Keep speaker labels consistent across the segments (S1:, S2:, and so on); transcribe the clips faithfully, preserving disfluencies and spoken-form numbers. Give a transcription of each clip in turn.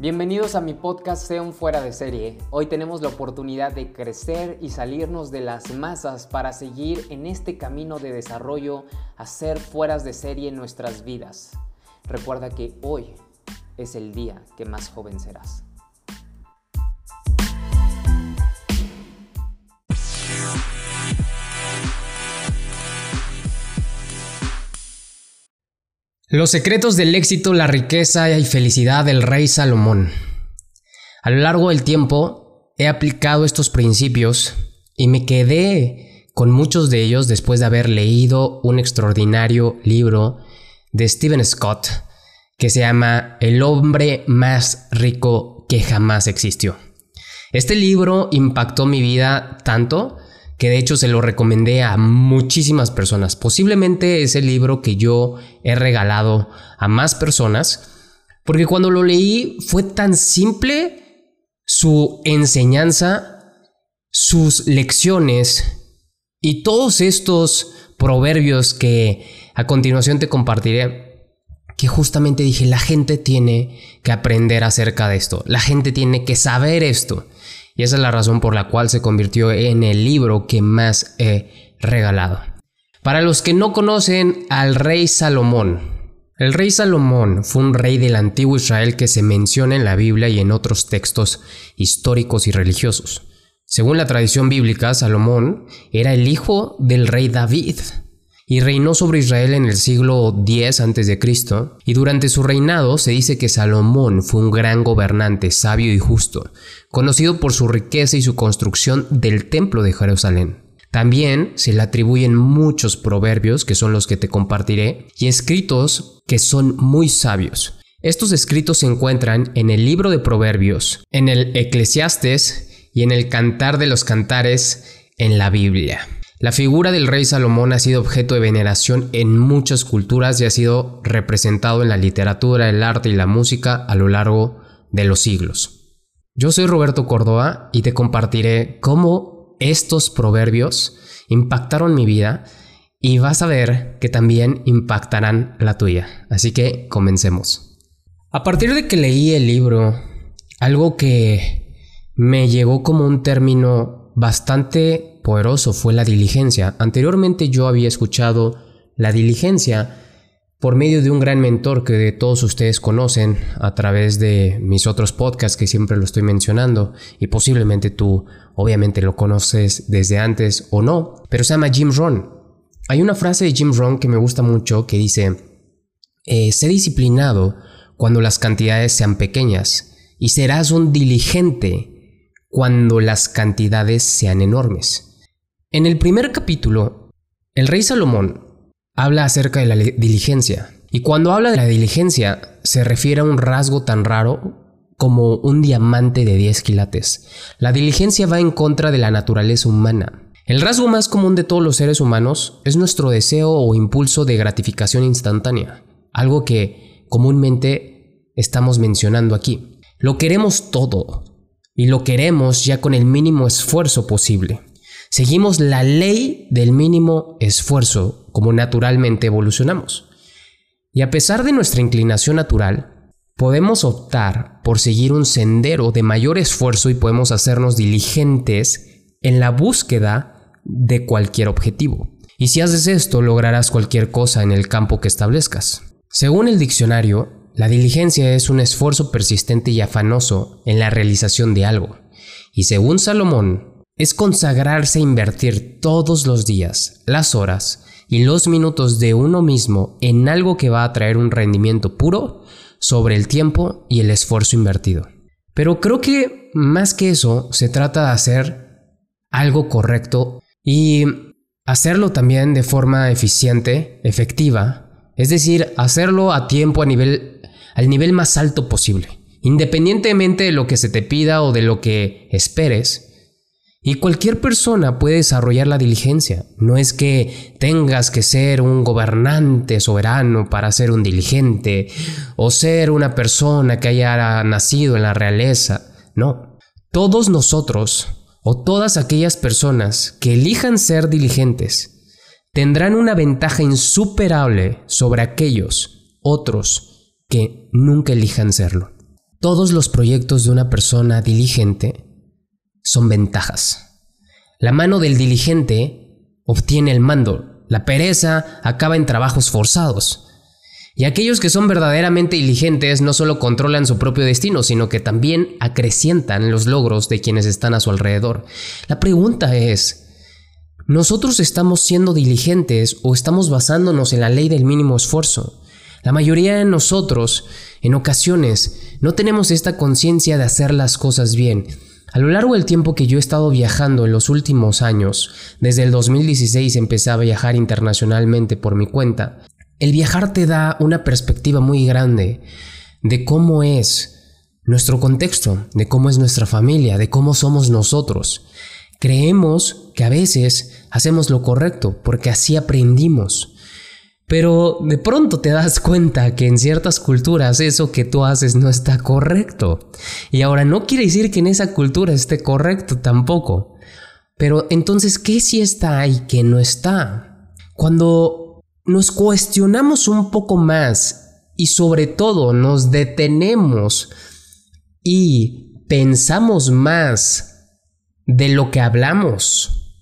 S1: Bienvenidos a mi podcast Sé un Fuera de Serie. Hoy tenemos la oportunidad de crecer y salirnos de las masas para seguir en este camino de desarrollo a ser fueras de serie en nuestras vidas. Recuerda que hoy es el día que más joven serás.
S2: Los secretos del éxito, la riqueza y felicidad del rey Salomón. A lo largo del tiempo he aplicado estos principios y me quedé con muchos de ellos después de haber leído un extraordinario libro de Stephen Scott que se llama El hombre más rico que jamás existió. Este libro impactó mi vida tanto que de hecho se lo recomendé a muchísimas personas. Posiblemente es el libro que yo he regalado a más personas, porque cuando lo leí fue tan simple su enseñanza, sus lecciones y todos estos proverbios que a continuación te compartiré, que justamente dije, la gente tiene que aprender acerca de esto, la gente tiene que saber esto. Y esa es la razón por la cual se convirtió en el libro que más he regalado. Para los que no conocen al rey Salomón, el rey Salomón fue un rey del antiguo Israel que se menciona en la Biblia y en otros textos históricos y religiosos. Según la tradición bíblica, Salomón era el hijo del rey David y reinó sobre Israel en el siglo diez antes de Cristo, y durante su reinado se dice que Salomón fue un gran gobernante, sabio y justo, conocido por su riqueza y su construcción del templo de Jerusalén. También se le atribuyen muchos proverbios, que son los que te compartiré, y escritos que son muy sabios. Estos escritos se encuentran en el libro de Proverbios, en el Eclesiastés y en el Cantar de los Cantares en la Biblia. La figura del rey Salomón ha sido objeto de veneración en muchas culturas y ha sido representado en la literatura, el arte y la música a lo largo de los siglos. Yo soy Roberto Córdoba y te compartiré cómo estos proverbios impactaron mi vida y vas a ver que también impactarán la tuya. Así que comencemos. A partir de que leí el libro, algo que me llegó como un término bastante poderoso fue la diligencia. Anteriormente yo había escuchado la diligencia por medio de un gran mentor que todos ustedes conocen a través de mis otros podcasts que siempre lo estoy mencionando, y posiblemente tú obviamente lo conoces desde antes o no, pero se llama Jim Rohn. Hay una frase de Jim Rohn que me gusta mucho que dice: eh, sé disciplinado cuando las cantidades sean pequeñas y serás un diligente cuando las cantidades sean enormes. En el primer capítulo, el rey Salomón habla acerca de la diligencia, y cuando habla de la diligencia se refiere a un rasgo tan raro como un diamante de diez quilates. La diligencia va en contra de la naturaleza humana. El rasgo más común de todos los seres humanos es nuestro deseo o impulso de gratificación instantánea, algo que comúnmente estamos mencionando aquí. Lo queremos todo y lo queremos ya con el mínimo esfuerzo posible. Seguimos la ley del mínimo esfuerzo como naturalmente evolucionamos. Y a pesar de nuestra inclinación natural, podemos optar por seguir un sendero de mayor esfuerzo y podemos hacernos diligentes en la búsqueda de cualquier objetivo. Y si haces esto, lograrás cualquier cosa en el campo que establezcas. Según el diccionario, la diligencia es un esfuerzo persistente y afanoso en la realización de algo. Y según Salomón, es consagrarse a invertir todos los días, las horas y los minutos de uno mismo en algo que va a traer un rendimiento puro sobre el tiempo y el esfuerzo invertido. Pero creo que más que eso, se trata de hacer algo correcto y hacerlo también de forma eficiente, efectiva, es decir, hacerlo a tiempo a nivel, al nivel más alto posible, independientemente de lo que se te pida o de lo que esperes. Y cualquier persona puede desarrollar la diligencia. No es que tengas que ser un gobernante soberano para ser un diligente o ser una persona que haya nacido en la realeza. No. Todos nosotros o todas aquellas personas que elijan ser diligentes tendrán una ventaja insuperable sobre aquellos otros que nunca elijan serlo. todos los proyectos de una persona diligente son ventajas. La mano del diligente obtiene el mando, la pereza acaba en trabajos forzados. Y aquellos que son verdaderamente diligentes no solo controlan su propio destino, sino que también acrecientan los logros de quienes están a su alrededor. La pregunta es, ¿nosotros estamos siendo diligentes o estamos basándonos en la ley del mínimo esfuerzo? La mayoría de nosotros, en ocasiones, no tenemos esta conciencia de hacer las cosas bien. A lo largo del tiempo que yo he estado viajando en los últimos años, desde el dos mil dieciséis empecé a viajar internacionalmente por mi cuenta. El viajar te da una perspectiva muy grande de cómo es nuestro contexto, de cómo es nuestra familia, de cómo somos nosotros. Creemos que a veces hacemos lo correcto porque así aprendimos. Pero de pronto te das cuenta que en ciertas culturas eso que tú haces no está correcto. Y ahora no quiere decir que en esa cultura esté correcto tampoco. Pero entonces, ¿qué sí está y qué no está? Cuando nos cuestionamos un poco más y sobre todo nos detenemos y pensamos más de lo que hablamos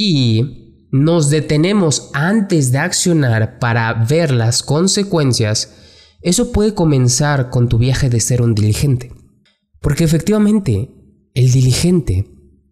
S2: y nos detenemos antes de accionar para ver las consecuencias, eso puede comenzar con tu viaje de ser un diligente. Porque efectivamente, el diligente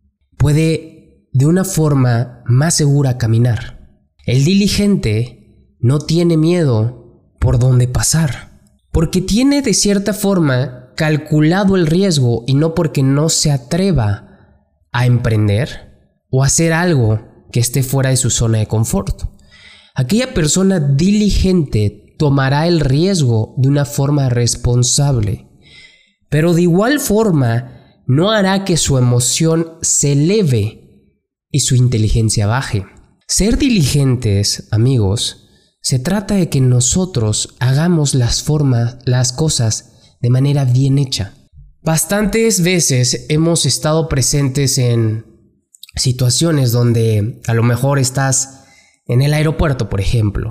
S2: puede de una forma más segura caminar. El diligente no tiene miedo por dónde pasar, porque tiene de cierta forma calculado el riesgo y no porque no se atreva a emprender o hacer algo que esté fuera de su zona de confort. Aquella persona diligente tomará el riesgo de una forma responsable, pero de igual forma no hará que su emoción se eleve y su inteligencia baje. Ser diligentes, amigos, se trata de que nosotros hagamos las formas, las cosas de manera bien hecha. Bastantes veces hemos estado presentes en situaciones donde a lo mejor estás en el aeropuerto, por ejemplo,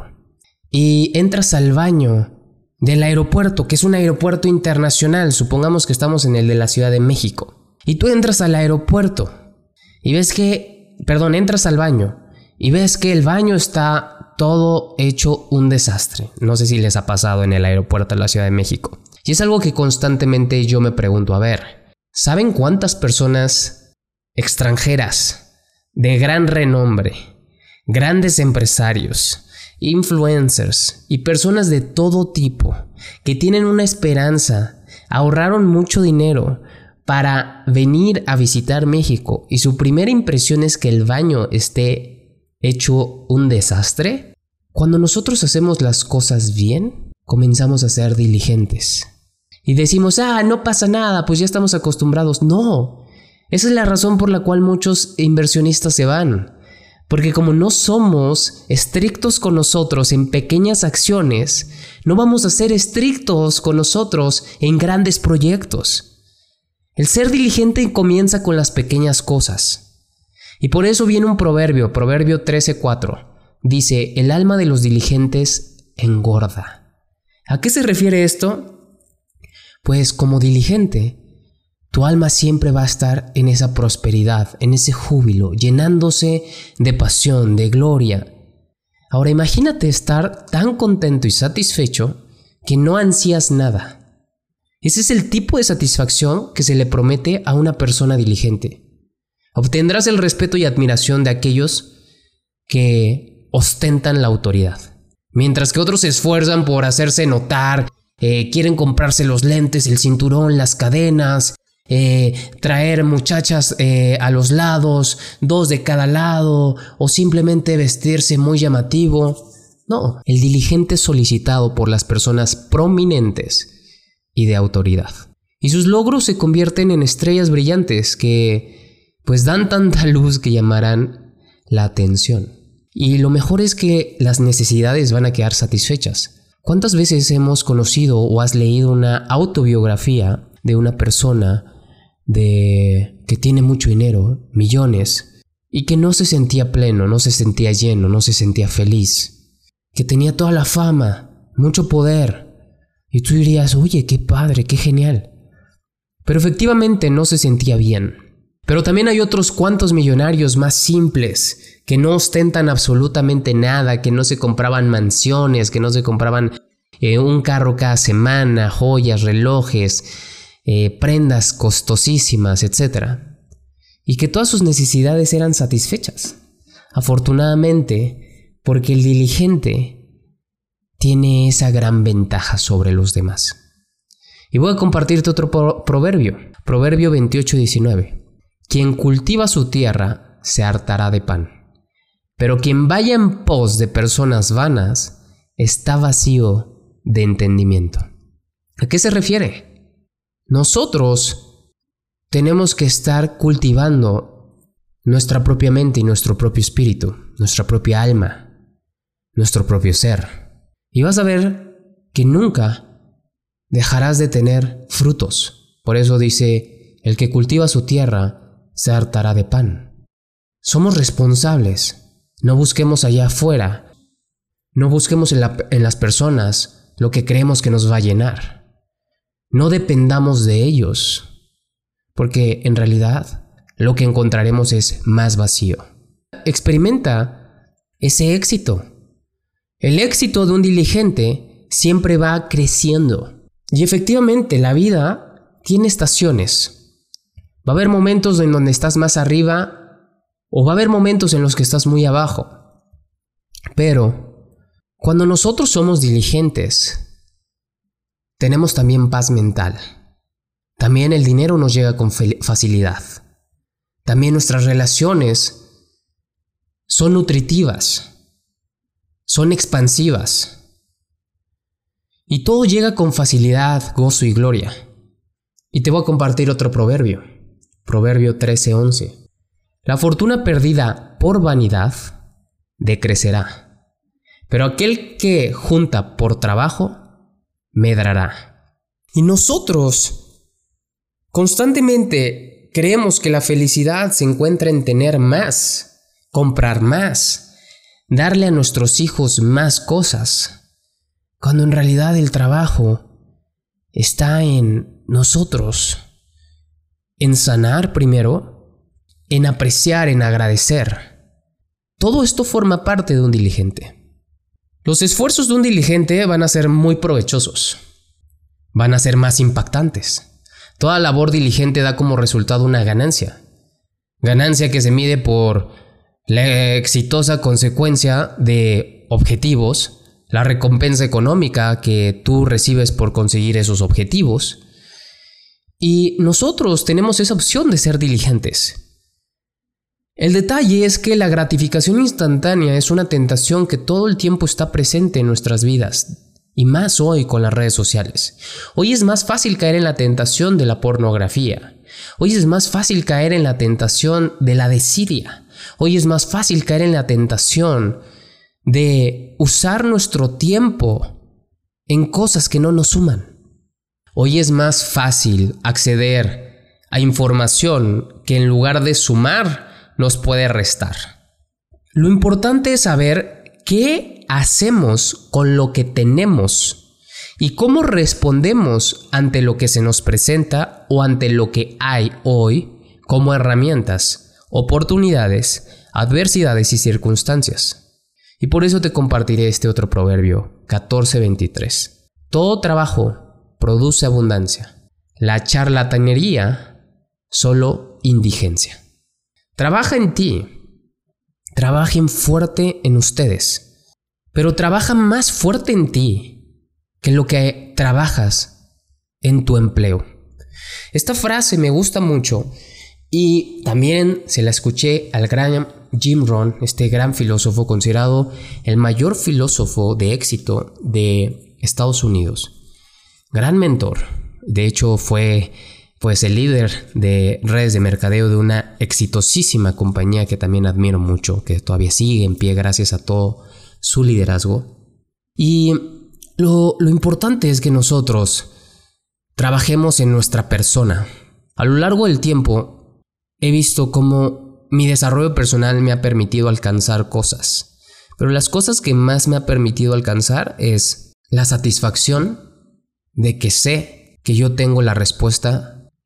S2: y entras al baño del aeropuerto, que es un aeropuerto internacional, supongamos que estamos en el de la Ciudad de México, y tú entras al aeropuerto y ves que, perdón, entras al baño y ves que el baño está todo hecho un desastre. No sé si les ha pasado en el aeropuerto de la Ciudad de México. Y es algo que constantemente yo me pregunto, a ver, ¿saben cuántas personas extranjeras de gran renombre, grandes empresarios, influencers y personas de todo tipo que tienen una esperanza, ahorraron mucho dinero para venir a visitar México y su primera impresión es que el baño esté hecho un desastre? Cuando nosotros hacemos las cosas bien, comenzamos a ser diligentes. Y decimos, ah, no pasa nada, pues ya estamos acostumbrados. No, esa es la razón por la cual muchos inversionistas se van. Porque como no somos estrictos con nosotros en pequeñas acciones, no vamos a ser estrictos con nosotros en grandes proyectos. El ser diligente comienza con las pequeñas cosas. Y por eso viene un proverbio, Proverbio trece cuatro. Dice, el alma de los diligentes engorda. ¿A qué se refiere esto? Pues como diligente, tu alma siempre va a estar en esa prosperidad, en ese júbilo, llenándose de pasión, de gloria. Ahora imagínate estar tan contento y satisfecho que no ansías nada. Ese es el tipo de satisfacción que se le promete a una persona diligente. Obtendrás el respeto y admiración de aquellos que ostentan la autoridad. Mientras que otros se esfuerzan por hacerse notar, eh, quieren comprarse los lentes, el cinturón, las cadenas, eh, traer muchachas eh, a los lados, dos de cada lado, o simplemente vestirse muy llamativo. No, el diligente es solicitado por las personas prominentes y de autoridad. Y sus logros se convierten en estrellas brillantes que pues dan tanta luz que llamarán la atención. Y lo mejor es que las necesidades van a quedar satisfechas. ¿Cuántas veces hemos conocido o has leído una autobiografía de una persona de que tiene mucho dinero, millones, y que no se sentía pleno, no se sentía lleno, no se sentía feliz, que tenía toda la fama, mucho poder? Y tú dirías, oye, qué padre, qué genial. pero efectivamente no se sentía bien. Pero también hay otros cuantos millonarios más simples, que no ostentan absolutamente nada, que no se compraban mansiones, que no se compraban eh, un carro cada semana, joyas, relojes, eh, prendas costosísimas, etcétera. Y que todas sus necesidades eran satisfechas. Afortunadamente, porque el diligente tiene esa gran ventaja sobre los demás. Y voy a compartirte otro pro- proverbio, Proverbio veintiocho diecinueve. Quien cultiva su tierra se hartará de pan, pero quien vaya en pos de personas vanas está vacío de entendimiento. ¿A qué se refiere? Nosotros tenemos que estar cultivando nuestra propia mente y nuestro propio espíritu, nuestra propia alma, nuestro propio ser. Y vas a ver que nunca dejarás de tener frutos. Por eso dice, el que cultiva su tierra se hartará de pan. Somos responsables. No busquemos allá afuera. No busquemos en, la, en las personas lo que creemos que nos va a llenar. No dependamos de ellos, porque en realidad lo que encontraremos es más vacío. Experimenta ese éxito. El éxito de un diligente siempre va creciendo. Y efectivamente la vida tiene estaciones. Va a haber momentos en donde estás más arriba o va a haber momentos en los que estás muy abajo. Pero cuando nosotros somos diligentes, tenemos también paz mental. También el dinero nos llega con facilidad. También nuestras relaciones son nutritivas, son expansivas. Y todo llega con facilidad, gozo y gloria. Y te voy a compartir otro proverbio. Proverbio trece once. La fortuna perdida por vanidad decrecerá, pero aquel que junta por trabajo medrará. Y nosotros constantemente creemos que la felicidad se encuentra en tener más, comprar más, darle a nuestros hijos más cosas, cuando en realidad el trabajo está en nosotros. En sanar primero, en apreciar, en agradecer. Todo esto forma parte de un diligente. Los esfuerzos de un diligente van a ser muy provechosos. Van a ser más impactantes. Toda labor diligente da como resultado una ganancia. Ganancia que se mide por la exitosa consecuencia de objetivos, la recompensa económica que tú recibes por conseguir esos objetivos. Y nosotros tenemos esa opción de ser diligentes. El detalle es que la gratificación instantánea es una tentación que todo el tiempo está presente en nuestras vidas, y más hoy con las redes sociales. Hoy es más fácil caer en la tentación de la pornografía. Hoy es más fácil caer en la tentación de la desidia. Hoy es más fácil caer en la tentación de usar nuestro tiempo en cosas que no nos suman. Hoy es más fácil acceder a información que en lugar de sumar nos puede restar. Lo importante es saber qué hacemos con lo que tenemos y cómo respondemos ante lo que se nos presenta o ante lo que hay hoy como herramientas, oportunidades, adversidades y circunstancias. Y por eso te compartiré este otro proverbio, catorce veintitrés. Todo trabajo produce abundancia. La charlatanería, solo indigencia. Trabaja en ti. Trabajen fuerte en ustedes. Pero trabaja más fuerte en ti que lo que trabajas en tu empleo. Esta frase me gusta mucho y también se la escuché al gran Jim Rohn, este gran filósofo considerado el mayor filósofo de éxito de Estados Unidos. Gran mentor. De hecho fue pues el líder de redes de mercadeo de una exitosísima compañía que también admiro mucho, que todavía sigue en pie gracias a todo su liderazgo. Y lo, lo importante es que nosotros trabajemos en nuestra persona. A lo largo del tiempo he visto cómo mi desarrollo personal me ha permitido alcanzar cosas, pero las cosas que más me ha permitido alcanzar es la satisfacción de que sé que yo tengo la respuesta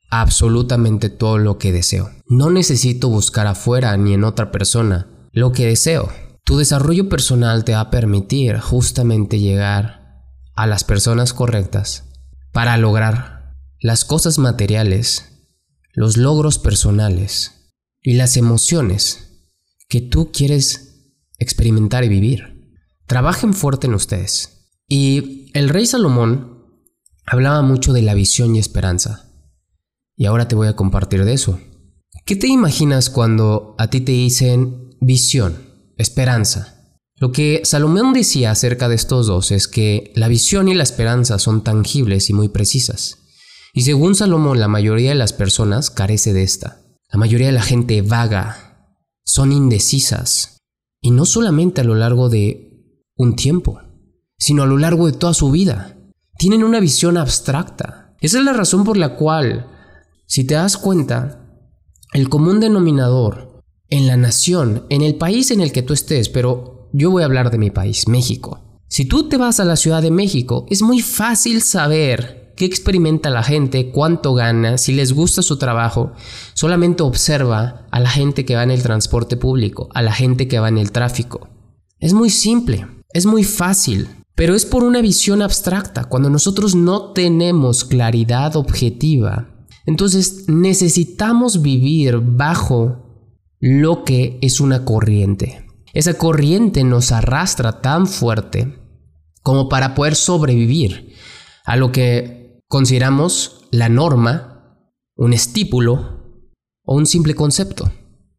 S2: absolutamente todo lo que deseo. No necesito buscar afuera ni en otra persona lo que deseo. Tu desarrollo personal te va a permitir justamente llegar a las personas correctas para lograr las cosas materiales, los logros personales y las emociones que tú quieres experimentar y vivir. Trabajen fuerte en ustedes. Y el rey Salomón hablaba mucho de la visión y esperanza. Y ahora te voy a compartir de eso. ¿Qué te imaginas cuando a ti te dicen visión, esperanza? Lo que Salomón decía acerca de estos dos es que la visión y la esperanza son tangibles y muy precisas. Y según Salomón, la mayoría de las personas carece de esta. La mayoría de la gente vaga, son indecisas. Y no solamente a lo largo de un tiempo, sino a lo largo de toda su vida. Tienen una visión abstracta. Esa es la razón por la cual, si te das cuenta, el común denominador en la nación, en el país en el que tú estés, pero yo voy a hablar de mi país, México. Si tú te vas a la Ciudad de México, es muy fácil saber qué experimenta la gente, cuánto gana, si les gusta su trabajo. Solamente observa a la gente que va en el transporte público, a la gente que va en el tráfico. Es muy simple, es muy fácil. Pero es por una visión abstracta. Cuando nosotros no tenemos claridad objetiva, entonces necesitamos vivir bajo lo que es una corriente. Esa corriente nos arrastra tan fuerte como para poder sobrevivir a lo que consideramos la norma, un estípulo o un simple concepto.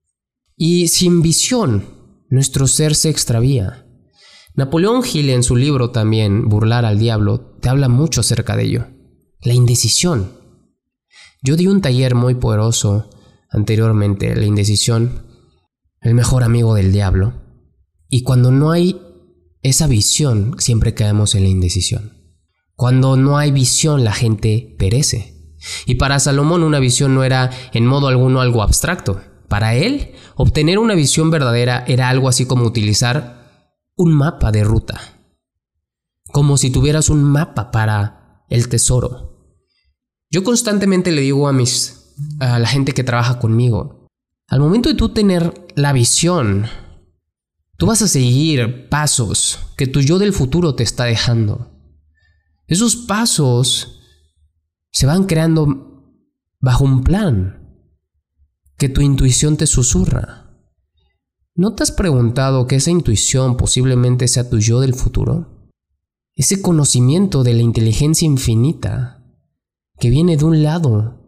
S2: Y sin visión, nuestro ser se extravía. Napoleón Hill, en su libro también, Burlar al Diablo, te habla mucho acerca de ello. La indecisión. Yo di un taller muy poderoso anteriormente, la indecisión, el mejor amigo del diablo. Y cuando no hay esa visión, siempre caemos en la indecisión. Cuando no hay visión, la gente perece. Y para Salomón una visión no era en modo alguno algo abstracto. Para él, obtener una visión verdadera era algo así como utilizar un mapa de ruta, como si tuvieras un mapa para el tesoro. Yo constantemente le digo a mis a la gente que trabaja conmigo, al momento de tú tener la visión, tú vas a seguir pasos que tu yo del futuro te está dejando. Esos pasos se van creando bajo un plan que tu intuición te susurra. ¿No te has preguntado que esa intuición posiblemente sea tu yo del futuro? Ese conocimiento de la inteligencia infinita que viene de un lado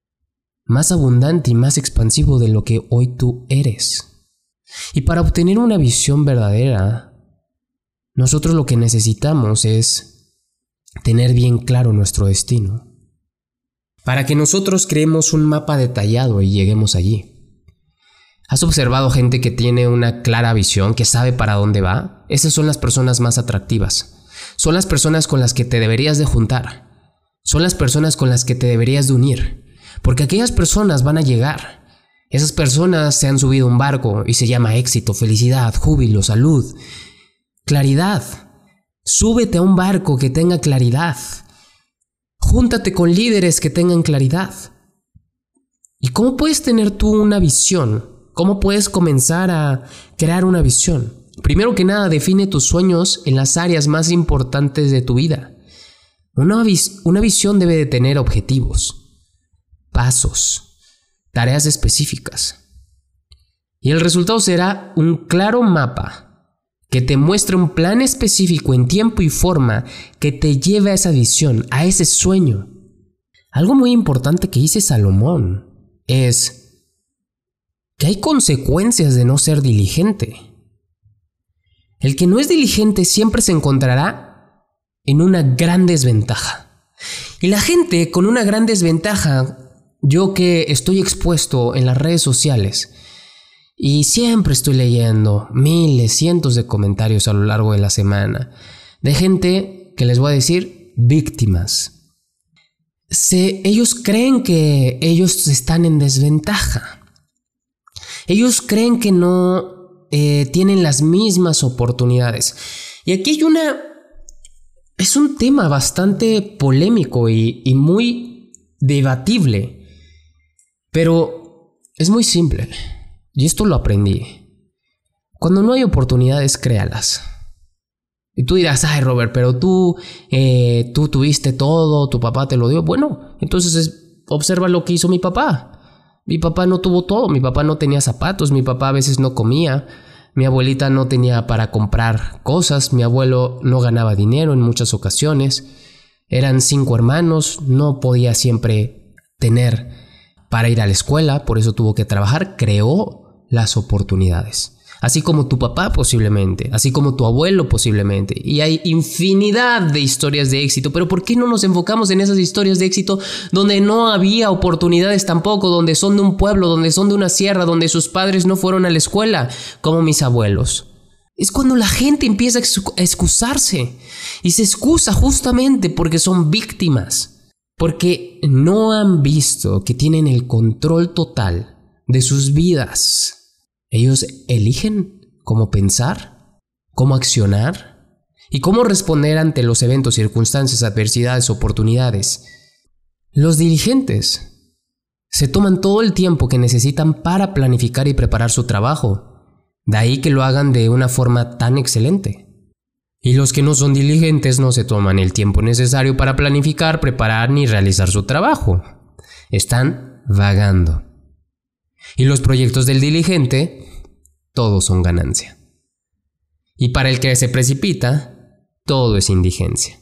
S2: más abundante y más expansivo de lo que hoy tú eres. Y para obtener una visión verdadera, nosotros lo que necesitamos es tener bien claro nuestro destino, para que nosotros creemos un mapa detallado y lleguemos allí. ¿Has observado gente que tiene una clara visión, que sabe para dónde va? Esas son las personas más atractivas. Son las personas con las que te deberías de juntar. Son las personas con las que te deberías de unir. Porque aquellas personas van a llegar. Esas personas se han subido a un barco y se llama éxito, felicidad, júbilo, salud, claridad. Súbete a un barco que tenga claridad. Júntate con líderes que tengan claridad. ¿Y cómo puedes tener tú una visión? ¿Cómo puedes comenzar a crear una visión? Primero que nada, define tus sueños en las áreas más importantes de tu vida. Una, vis- una visión debe de tener objetivos, pasos, tareas específicas. Y el resultado será un claro mapa que te muestre un plan específico en tiempo y forma que te lleve a esa visión, a ese sueño. Algo muy importante que dice Salomón es que hay consecuencias de no ser diligente. El que no es diligente siempre se encontrará en una gran desventaja. Y la gente con una gran desventaja, yo que estoy expuesto en las redes sociales y siempre estoy leyendo miles, cientos de comentarios a lo largo de la semana de gente que les voy a decir víctimas. Se, ellos creen que ellos están en desventaja. Ellos creen que no eh, tienen las mismas oportunidades. Y aquí hay una... Es un tema bastante polémico y, y muy debatible. Pero es muy simple, y esto lo aprendí. Cuando no hay oportunidades, créalas. Y tú dirás, ay Robert, pero tú, eh, tú tuviste todo, tu papá te lo dio. Bueno, entonces es, observa lo que hizo mi papá. Mi papá no tuvo todo, mi papá no tenía zapatos, mi papá a veces no comía, mi abuelita no tenía para comprar cosas, mi abuelo no ganaba dinero en muchas ocasiones. Eran cinco hermanos, no podía siempre tener para ir a la escuela, por eso tuvo que trabajar, creó las oportunidades. Así como tu papá posiblemente, así como tu abuelo posiblemente. Y hay infinidad de historias de éxito, pero ¿por qué no nos enfocamos en esas historias de éxito donde no había oportunidades tampoco, donde son de un pueblo, donde son de una sierra, donde sus padres no fueron a la escuela, como mis abuelos? Es cuando la gente empieza a excusarse, y se excusa justamente porque son víctimas, porque no han visto que tienen el control total de sus vidas. Ellos eligen cómo pensar, cómo accionar y cómo responder ante los eventos, circunstancias, adversidades, oportunidades. Los diligentes se toman todo el tiempo que necesitan para planificar y preparar su trabajo. De ahí que lo hagan de una forma tan excelente. Y los que no son diligentes no se toman el tiempo necesario para planificar, preparar ni realizar su trabajo. Están vagando. Y los proyectos del diligente, todos son ganancia. Y para el que se precipita, todo es indigencia.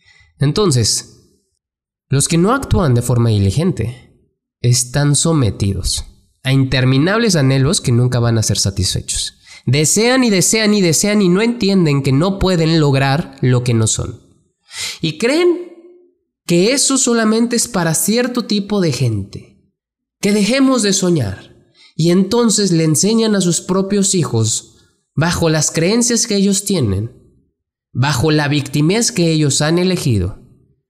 S2: Entonces, los que no actúan de forma diligente están sometidos a interminables anhelos que nunca van a ser satisfechos. Desean y desean y desean y no entienden que no pueden lograr lo que no son. Y creen que eso solamente es para cierto tipo de gente. Que dejemos de soñar. Y entonces le enseñan a sus propios hijos, bajo las creencias que ellos tienen, bajo la victimez que ellos han elegido,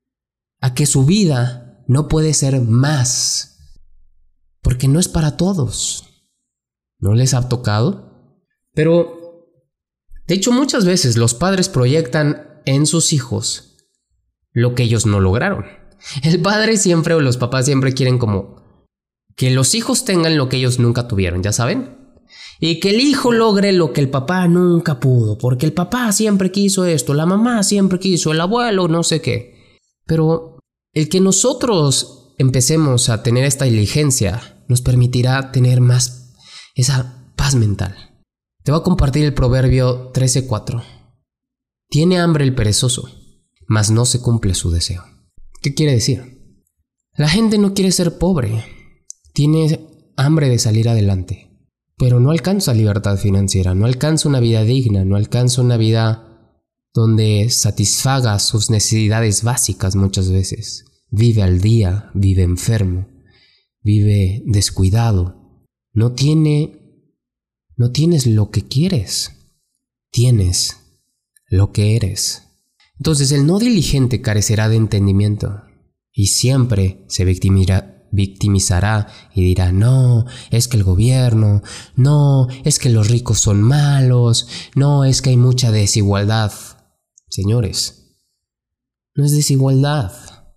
S2: a que su vida no puede ser más, porque no es para todos. ¿No les ha tocado? Pero, de hecho, muchas veces los padres proyectan en sus hijos lo que ellos no lograron. El padre siempre o los papás siempre quieren como que los hijos tengan lo que ellos nunca tuvieron, ¿ya saben? Y que el hijo logre lo que el papá nunca pudo, porque el papá siempre quiso esto, la mamá siempre quiso, el abuelo no sé qué. Pero el que nosotros empecemos a tener esta diligencia nos permitirá tener más esa paz mental. Te voy a compartir el proverbio trece cuatro. Tiene hambre el perezoso, mas no se cumple su deseo. ¿Qué quiere decir? La gente no quiere ser pobre. Tiene hambre de salir adelante, pero no alcanza libertad financiera, no alcanza una vida digna, no alcanza una vida donde satisfaga sus necesidades básicas muchas veces. Vive al día, vive enfermo, vive descuidado. No tiene, no tienes lo que quieres, tienes lo que eres. Entonces el no diligente carecerá de entendimiento y siempre se victimizará. victimizará y dirá, no, es que el gobierno, no, es que los ricos son malos, no, es que hay mucha desigualdad. Señores, no es desigualdad.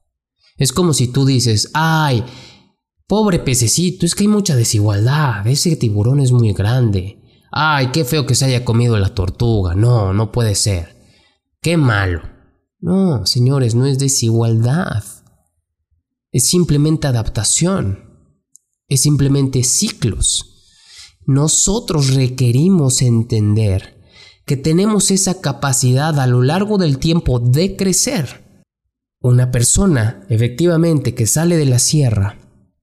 S2: Es como si tú dices, ay, pobre pececito, es que hay mucha desigualdad, ese tiburón es muy grande. Ay, qué feo que se haya comido la tortuga, no, no puede ser. Qué malo. No, señores, no es desigualdad. Es simplemente adaptación, es simplemente ciclos. Nosotros requerimos entender que tenemos esa capacidad a lo largo del tiempo de crecer. Una persona, efectivamente, que sale de la sierra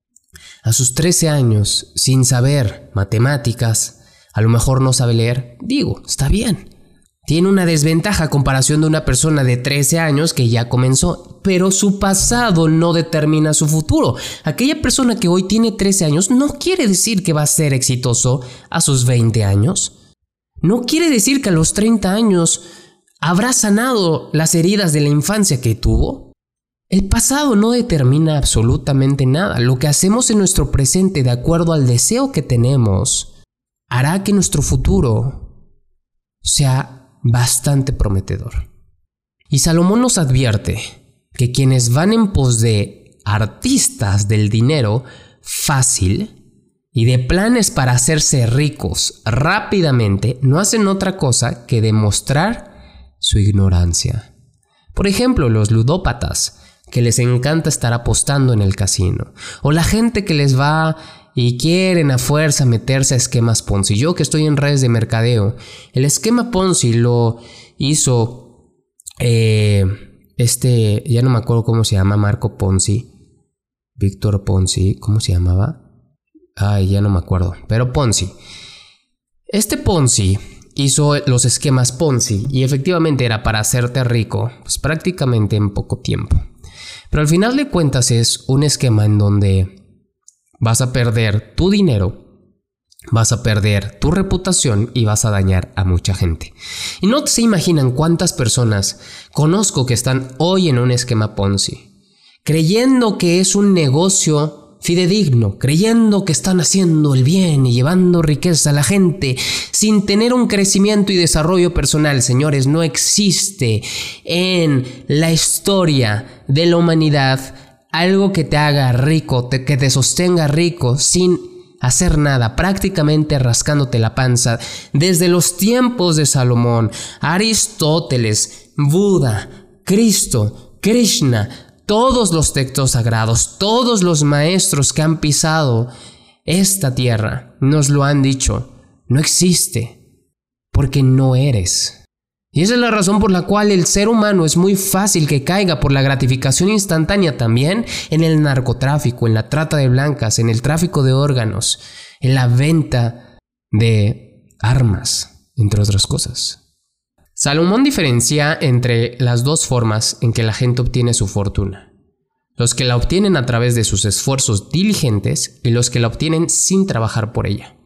S2: a sus trece años sin saber matemáticas, a lo mejor no sabe leer, digo, está bien. Tiene una desventaja a comparación de una persona de trece años que ya comenzó, pero su pasado no determina su futuro. Aquella persona que hoy tiene trece años no quiere decir que va a ser exitoso a sus veinte años. No quiere decir que a los treinta años habrá sanado las heridas de la infancia que tuvo. El pasado no determina absolutamente nada. Lo que hacemos en nuestro presente de acuerdo al deseo que tenemos hará que nuestro futuro sea bastante prometedor. Y Salomón nos advierte que quienes van en pos de artistas del dinero fácil y de planes para hacerse ricos rápidamente, no hacen otra cosa que demostrar su ignorancia. Por ejemplo, los ludópatas, que les encanta estar apostando en el casino, o la gente que les va y quieren a fuerza meterse a esquemas Ponzi. Yo que estoy en redes de mercadeo, el esquema Ponzi lo hizo eh, este, ya no me acuerdo cómo se llama, Marco Ponzi, Víctor Ponzi, ¿cómo se llamaba? Ay, ya no me acuerdo, pero Ponzi. Este Ponzi hizo los esquemas Ponzi y efectivamente era para hacerte rico, pues prácticamente en poco tiempo. Pero al final de cuentas es un esquema en donde vas a perder tu dinero, vas a perder tu reputación y vas a dañar a mucha gente. Y no se imaginan cuántas personas conozco que están hoy en un esquema Ponzi, creyendo que es un negocio fidedigno, creyendo que están haciendo el bien y llevando riqueza a la gente sin tener un crecimiento y desarrollo personal. Señores, no existe en la historia de la humanidad algo que te haga rico, te, que te sostenga rico sin hacer nada, prácticamente rascándote la panza. Desde los tiempos de Salomón, Aristóteles, Buda, Cristo, Krishna, todos los textos sagrados, todos los maestros que han pisado esta tierra nos lo han dicho. No existe, porque no eres. Y esa es la razón por la cual el ser humano es muy fácil que caiga por la gratificación instantánea también en el narcotráfico, en la trata de blancas, en el tráfico de órganos, en la venta de armas, entre otras cosas. Salomón diferencia entre las dos formas en que la gente obtiene su fortuna: los que la obtienen a través de sus esfuerzos diligentes y los que la obtienen sin trabajar por ella.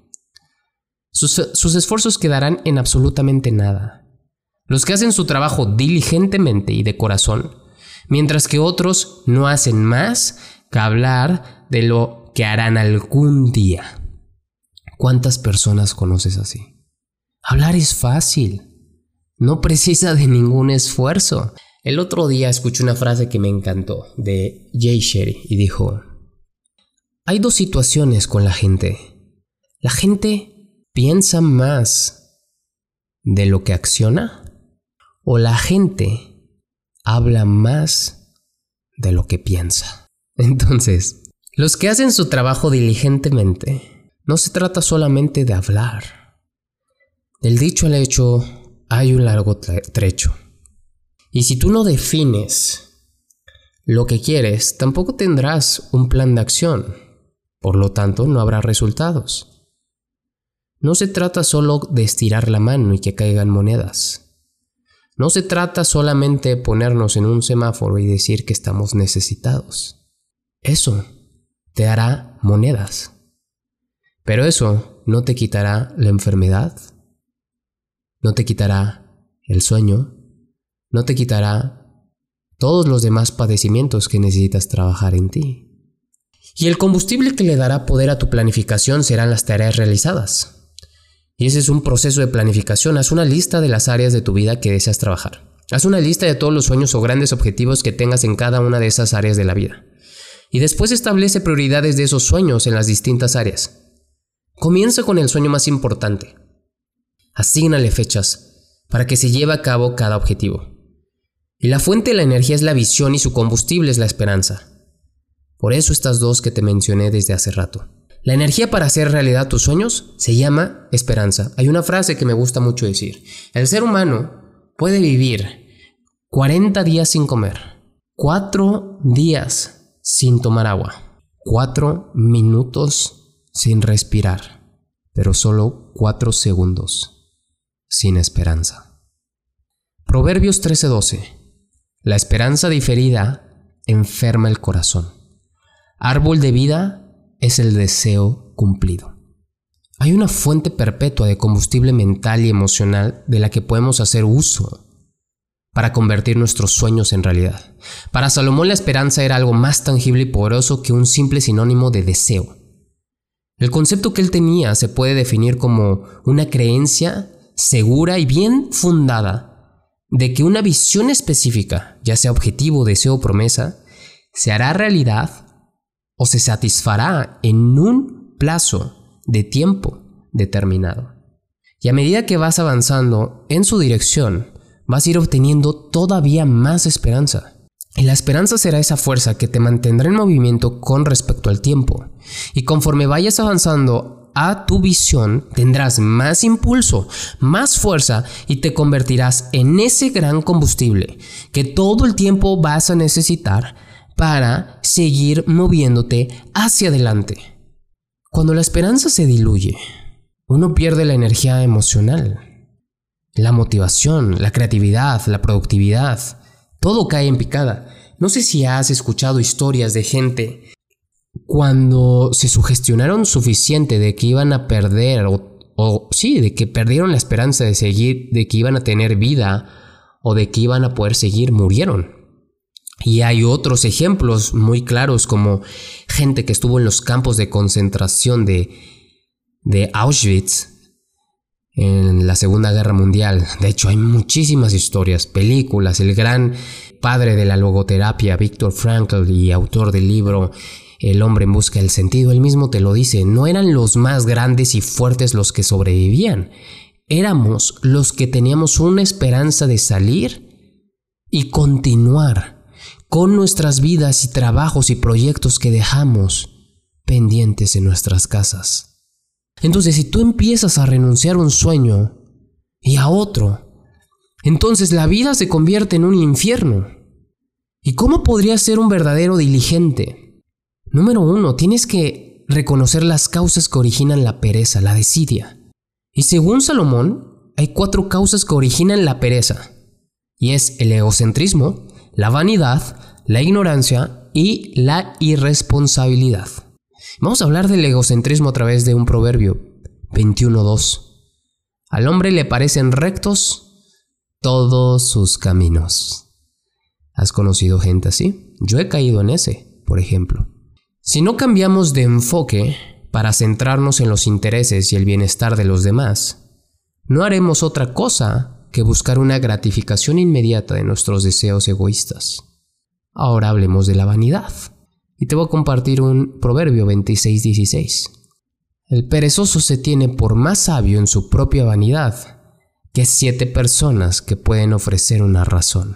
S2: Sus, sus esfuerzos quedarán en absolutamente nada. Los que hacen su trabajo diligentemente y de corazón, mientras que otros no hacen más que hablar de lo que harán algún día. ¿Cuántas personas conoces así? Hablar es fácil. No precisa de ningún esfuerzo. El otro día escuché una frase que me encantó de Jay Shetty y dijo: hay dos situaciones con la gente. La gente piensa más de lo que acciona, o la gente habla más de lo que piensa. Entonces, los que hacen su trabajo diligentemente, no se trata solamente de hablar. Del dicho al hecho hay un largo trecho. Y si tú no defines lo que quieres, tampoco tendrás un plan de acción. Por lo tanto, no habrá resultados. No se trata solo de estirar la mano y que caigan monedas. No se trata solamente de ponernos en un semáforo y decir que estamos necesitados. Eso te hará monedas. Pero eso no te quitará la enfermedad. No te quitará el sueño, no te quitará todos los demás padecimientos que necesitas trabajar en ti. Y el combustible que le dará poder a tu planificación serán las tareas realizadas. Y ese es un proceso de planificación. Haz una lista de las áreas de tu vida que deseas trabajar. Haz una lista de todos los sueños o grandes objetivos que tengas en cada una de esas áreas de la vida. Y después establece prioridades de esos sueños en las distintas áreas. Comienza con el sueño más importante. Asígnale fechas para que se lleve a cabo cada objetivo. Y la fuente de la energía es la visión y su combustible es la esperanza. Por eso estas dos que te mencioné desde hace rato. La energía para hacer realidad tus sueños se llama esperanza. Hay una frase que me gusta mucho decir. El ser humano puede vivir cuarenta días sin comer, cuatro días sin tomar agua, cuatro minutos sin respirar, pero solo cuatro segundos sin esperanza. Proverbios trece doce. La esperanza diferida enferma el corazón. Árbol de vida es el deseo cumplido. Hay una fuente perpetua de combustible mental y emocional de la que podemos hacer uso para convertir nuestros sueños en realidad. Para Salomón la esperanza era algo más tangible y poderoso que un simple sinónimo de deseo. El concepto que él tenía se puede definir como una creencia segura y bien fundada de que una visión específica, ya sea objetivo, deseo o promesa, se hará realidad o se satisfará en un plazo de tiempo determinado. Y a medida que vas avanzando en su dirección, vas a ir obteniendo todavía más esperanza. Y la esperanza será esa fuerza que te mantendrá en movimiento con respecto al tiempo. Y conforme vayas avanzando a tu visión, tendrás más impulso, más fuerza y te convertirás en ese gran combustible que todo el tiempo vas a necesitar para seguir moviéndote hacia adelante. Cuando la esperanza se diluye, uno pierde la energía emocional, la motivación, la creatividad, la productividad. Todo cae en picada. No sé si has escuchado historias de gente cuando se sugestionaron suficiente de que iban a perder o, o sí, de que perdieron la esperanza de seguir, de que iban a tener vida o de que iban a poder seguir, murieron. Y hay otros ejemplos muy claros como gente que estuvo en los campos de concentración de, de Auschwitz en la Segunda Guerra Mundial. De hecho, hay muchísimas historias, películas. El gran padre de la logoterapia, Viktor Frankl, y autor del libro El hombre en busca del sentido, él mismo te lo dice, no eran los más grandes y fuertes los que sobrevivían. Éramos los que teníamos una esperanza de salir y continuar con nuestras vidas y trabajos y proyectos que dejamos pendientes en nuestras casas. Entonces, si tú empiezas a renunciar a un sueño y a otro, entonces la vida se convierte en un infierno. ¿Y cómo podrías ser un verdadero diligente? Número uno, tienes que reconocer las causas que originan la pereza, la desidia. Y según Salomón, hay cuatro causas que originan la pereza. Y es el egocentrismo, la vanidad, la ignorancia y la irresponsabilidad. Vamos a hablar del egocentrismo a través de un proverbio veintiuno dos. Al hombre le parecen rectos todos sus caminos. ¿Has conocido gente así? Yo he caído en ese, por ejemplo. Si no cambiamos de enfoque para centrarnos en los intereses y el bienestar de los demás, no haremos otra cosa que buscar una gratificación inmediata de nuestros deseos egoístas. Ahora hablemos de la vanidad. Y te voy a compartir un proverbio veintiséis dieciséis. El perezoso se tiene por más sabio en su propia vanidad que siete personas que pueden ofrecer una razón.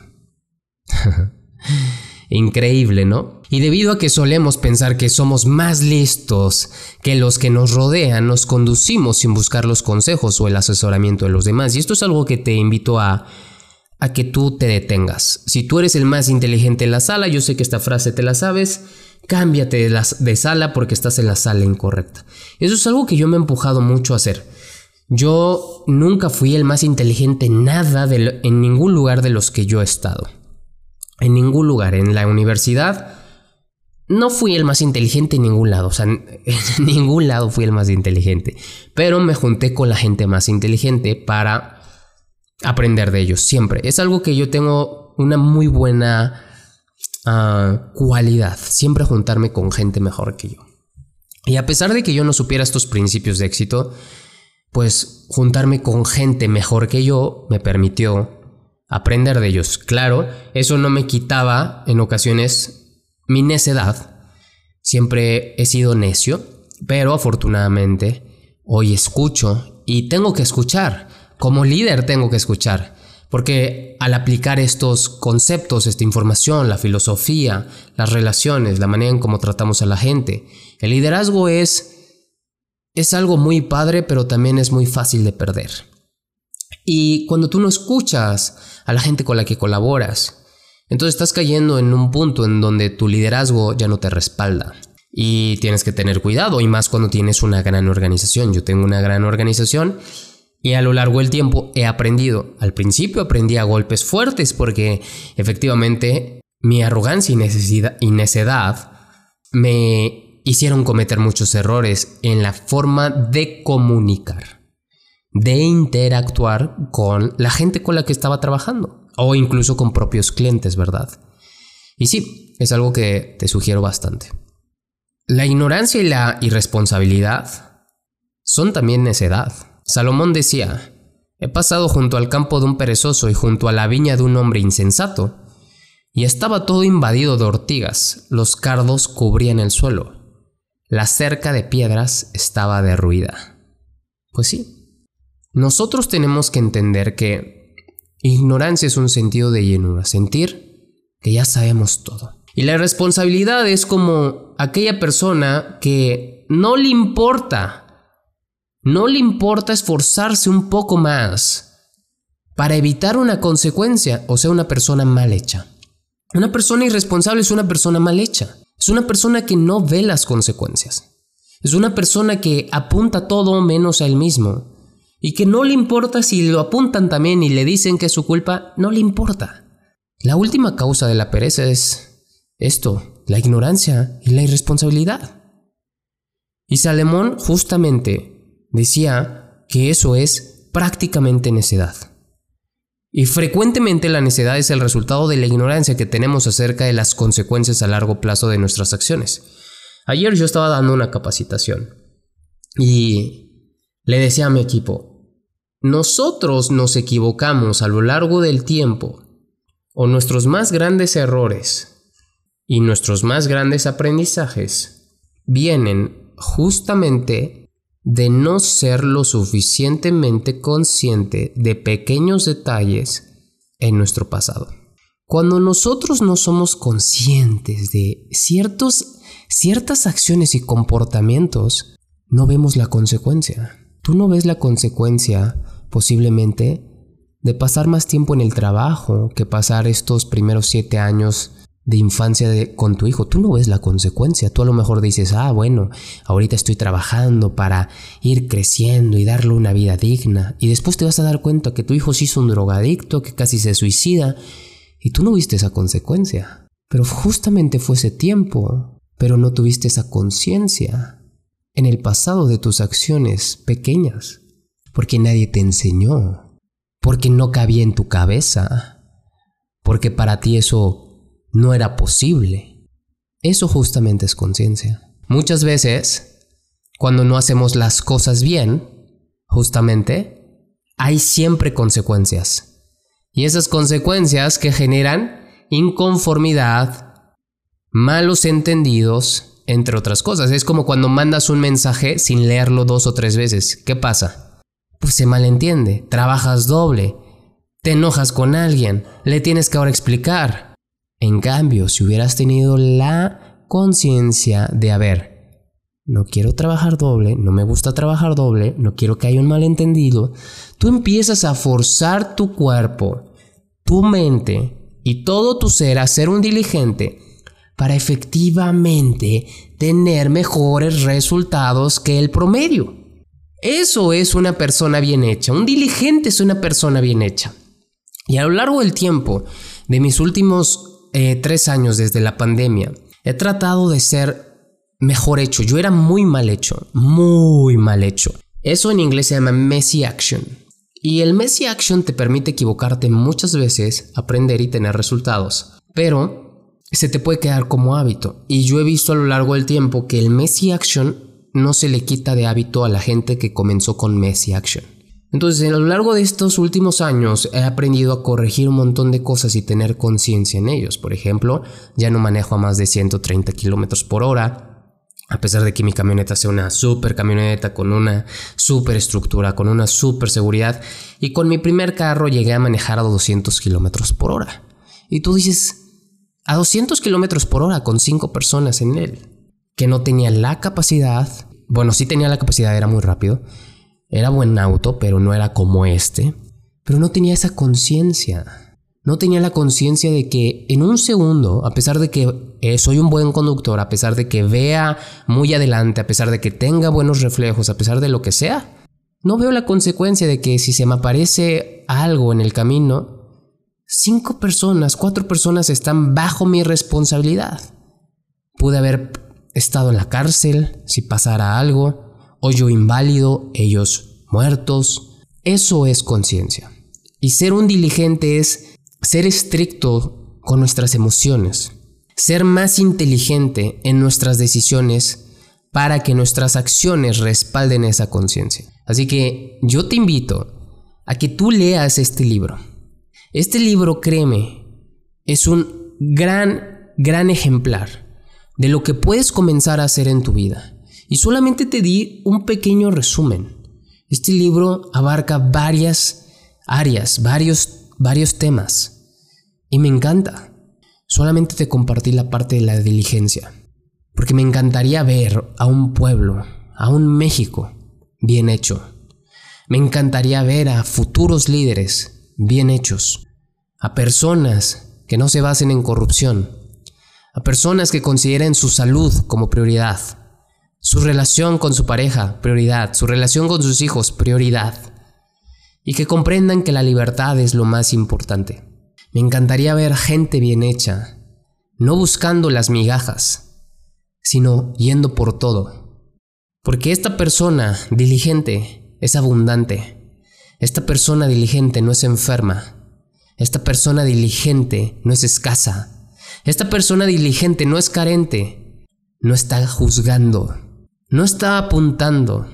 S2: Increíble, ¿no? Y debido a que solemos pensar que somos más listos que los que nos rodean, nos conducimos sin buscar los consejos o el asesoramiento de los demás. Y esto es algo que te invito a, a que tú te detengas. Si tú eres el más inteligente en la sala, yo sé que esta frase te la sabes, cámbiate de, la, de sala porque estás en la sala incorrecta. Eso es algo que yo me he empujado mucho a hacer. Yo nunca fui el más inteligente en nada, de, en ningún lugar de los que yo he estado. En ningún lugar. En la universidad no fui el más inteligente en ningún lado. O sea, en, en ningún lado fui el más inteligente. Pero me junté con la gente más inteligente para aprender de ellos. Siempre. Es algo que yo tengo una muy buena uh, cualidad. Siempre juntarme con gente mejor que yo. Y a pesar de que yo no supiera estos principios de éxito, pues juntarme con gente mejor que yo me permitió aprender de ellos. Claro, eso no me quitaba en ocasiones mi necedad. Siempre he sido necio, pero afortunadamente hoy escucho y tengo que escuchar. Como líder tengo que escuchar, porque al aplicar estos conceptos, esta información, la filosofía, las relaciones, la manera en cómo tratamos a la gente, el liderazgo es, es algo muy padre, pero también es muy fácil de perder. Y cuando tú no escuchas a la gente con la que colaboras, entonces estás cayendo en un punto en donde tu liderazgo ya no te respalda. Y tienes que tener cuidado, y más cuando tienes una gran organización. Yo tengo una gran organización y a lo largo del tiempo he aprendido. Al principio aprendí a golpes fuertes porque efectivamente mi arrogancia y, necesidad, y necedad me hicieron cometer muchos errores en la forma de comunicar, de interactuar con la gente con la que estaba trabajando o incluso con propios clientes, ¿verdad? Y sí, es algo que te sugiero bastante. La ignorancia y la irresponsabilidad son también necedad. Salomón decía: he pasado junto al campo de un perezoso y junto a la viña de un hombre insensato, y estaba todo invadido de ortigas, los cardos cubrían el suelo. la cerca de piedras estaba derruida. Pues sí, nosotros tenemos que entender que ignorancia es un sentido de llenura, sentir que ya sabemos todo. Y la irresponsabilidad es como aquella persona que no le importa, no le importa esforzarse un poco más para evitar una consecuencia, o sea, una persona mal hecha. Una persona irresponsable es una persona mal hecha. Es una persona que no ve las consecuencias. Es una persona que apunta todo menos a él mismo. Y que no le importa si lo apuntan también y le dicen que es su culpa, no le importa. La última causa de la pereza es esto, la ignorancia y la irresponsabilidad. Y Salomón justamente decía que eso es prácticamente necedad. Y frecuentemente la necedad es el resultado de la ignorancia que tenemos acerca de las consecuencias a largo plazo de nuestras acciones. Ayer yo estaba dando una capacitación y le decía a mi equipo, nosotros nos equivocamos a lo largo del tiempo, o nuestros más grandes errores y nuestros más grandes aprendizajes vienen justamente de no ser lo suficientemente consciente de pequeños detalles en nuestro pasado. Cuando nosotros no somos conscientes de ciertos, ciertas acciones y comportamientos, no vemos la consecuencia. Tú no ves la consecuencia, posiblemente, de pasar más tiempo en el trabajo que pasar estos primeros siete años de infancia de, con tu hijo. Tú no ves la consecuencia. Tú a lo mejor dices, ah, bueno, ahorita estoy trabajando para ir creciendo y darle una vida digna. Y después te vas a dar cuenta que tu hijo sí es un drogadicto, que casi se suicida. Y tú no viste esa consecuencia. Pero justamente fue ese tiempo. Pero no tuviste esa conciencia en el pasado de tus acciones pequeñas. Porque nadie te enseñó. Porque no cabía en tu cabeza. Porque para ti eso no era posible. Eso justamente es conciencia. Muchas veces, cuando no hacemos las cosas bien, justamente, hay siempre consecuencias. Y esas consecuencias que generan inconformidad, malos entendidos, entre otras cosas. Es como cuando mandas un mensaje sin leerlo dos o tres veces. ¿Qué pasa? Pues se malentiende, trabajas doble, te enojas con alguien, le tienes que ahora explicar. En cambio, si hubieras tenido la conciencia de, a ver, no quiero trabajar doble, no me gusta trabajar doble, no quiero que haya un malentendido, tú empiezas a forzar tu cuerpo, tu mente y todo tu ser a ser un diligente para efectivamente tener mejores resultados que el promedio. Eso es una persona bien hecha, un diligente es una persona bien hecha. Y a lo largo del tiempo, de mis últimos Eh, tres años desde la pandemia, he tratado de ser mejor hecho. Yo era muy mal hecho, muy mal hecho. Eso en inglés se llama messy action. Y el messy action te permite equivocarte muchas veces, aprender y tener resultados. Pero se te puede quedar como hábito. Y yo he visto a lo largo del tiempo que el messy action no se le quita de hábito a la gente que comenzó con messy action. Entonces, a lo largo de estos últimos años he aprendido a corregir un montón de cosas y tener conciencia en ellos. Por ejemplo, ya no manejo a más de ciento treinta kilómetros por hora, a pesar de que mi camioneta sea una super camioneta con una super estructura, con una super seguridad. Y con mi primer carro llegué a manejar a doscientos kilómetros por hora. Y tú dices, a doscientos kilómetros por hora con cinco personas en él, que no tenía la capacidad, bueno, sí tenía la capacidad, era muy rápido. Era buen auto, pero no era como este. Pero no tenía esa conciencia. No tenía la conciencia de que en un segundo, a pesar de que eh, soy un buen conductor, a pesar de que vea muy adelante, a pesar de que tenga buenos reflejos, a pesar de lo que sea, no veo la consecuencia de que si se me aparece algo en el camino, cinco personas, cuatro personas están bajo mi responsabilidad. Pude haber estado en la cárcel si pasara algo. O yo inválido, ellos muertos. Eso es conciencia. Y ser un diligente es ser estricto con nuestras emociones. Ser más inteligente en nuestras decisiones para que nuestras acciones respalden esa conciencia. Así que yo te invito a que tú leas este libro. Este libro, créeme, es un gran, gran ejemplar de lo que puedes comenzar a hacer en tu vida. Y solamente te di un pequeño resumen. Este libro abarca varias áreas, varios, varios temas. Y me encanta. Solamente te compartí la parte de la diligencia. Porque me encantaría ver a un pueblo, a un México bien hecho. Me encantaría ver a futuros líderes bien hechos. A personas que no se basen en corrupción. A personas que consideren su salud como prioridad. Su relación con su pareja, prioridad. Su relación con sus hijos, prioridad. Y que comprendan que la libertad es lo más importante. Me encantaría ver gente bien hecha, no buscando las migajas, sino yendo por todo. Porque esta persona diligente es abundante. Esta persona diligente no es enferma. Esta persona diligente no es escasa. Esta persona diligente no es carente. No está juzgando. No está apuntando.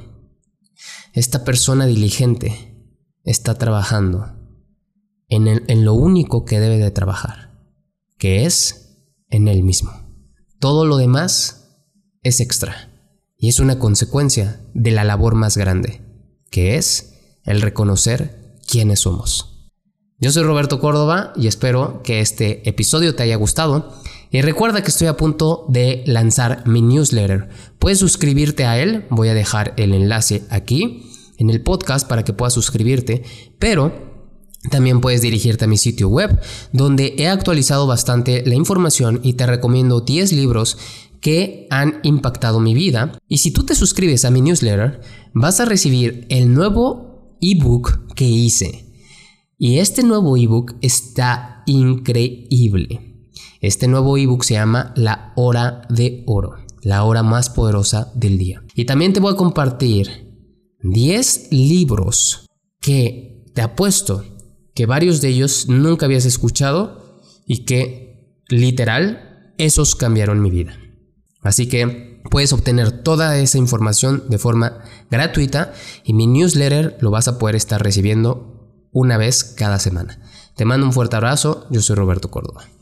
S2: Esta persona diligente está trabajando en, el, en lo único que debe de trabajar, que es en él mismo. Todo lo demás es extra y es una consecuencia de la labor más grande, que es el reconocer quiénes somos. Yo soy Roberto Córdoba y espero que este episodio te haya gustado. Y recuerda que estoy a punto de lanzar mi newsletter. Puedes suscribirte a él, voy a dejar el enlace aquí en el podcast para que puedas suscribirte, pero también puedes dirigirte a mi sitio web, donde he actualizado bastante la información y te recomiendo diez libros que han impactado mi vida. Y si tú te suscribes a mi newsletter, vas a recibir el nuevo ebook que hice. Y este nuevo ebook está increíble. Este nuevo ebook se llama La Hora de Oro, la hora más poderosa del día. Y también te voy a compartir diez libros que te apuesto que varios de ellos nunca habías escuchado y que, literal, esos cambiaron mi vida. Así que puedes obtener toda esa información de forma gratuita y mi newsletter lo vas a poder estar recibiendo una vez cada semana. Te mando un fuerte abrazo, yo soy Roberto Córdoba.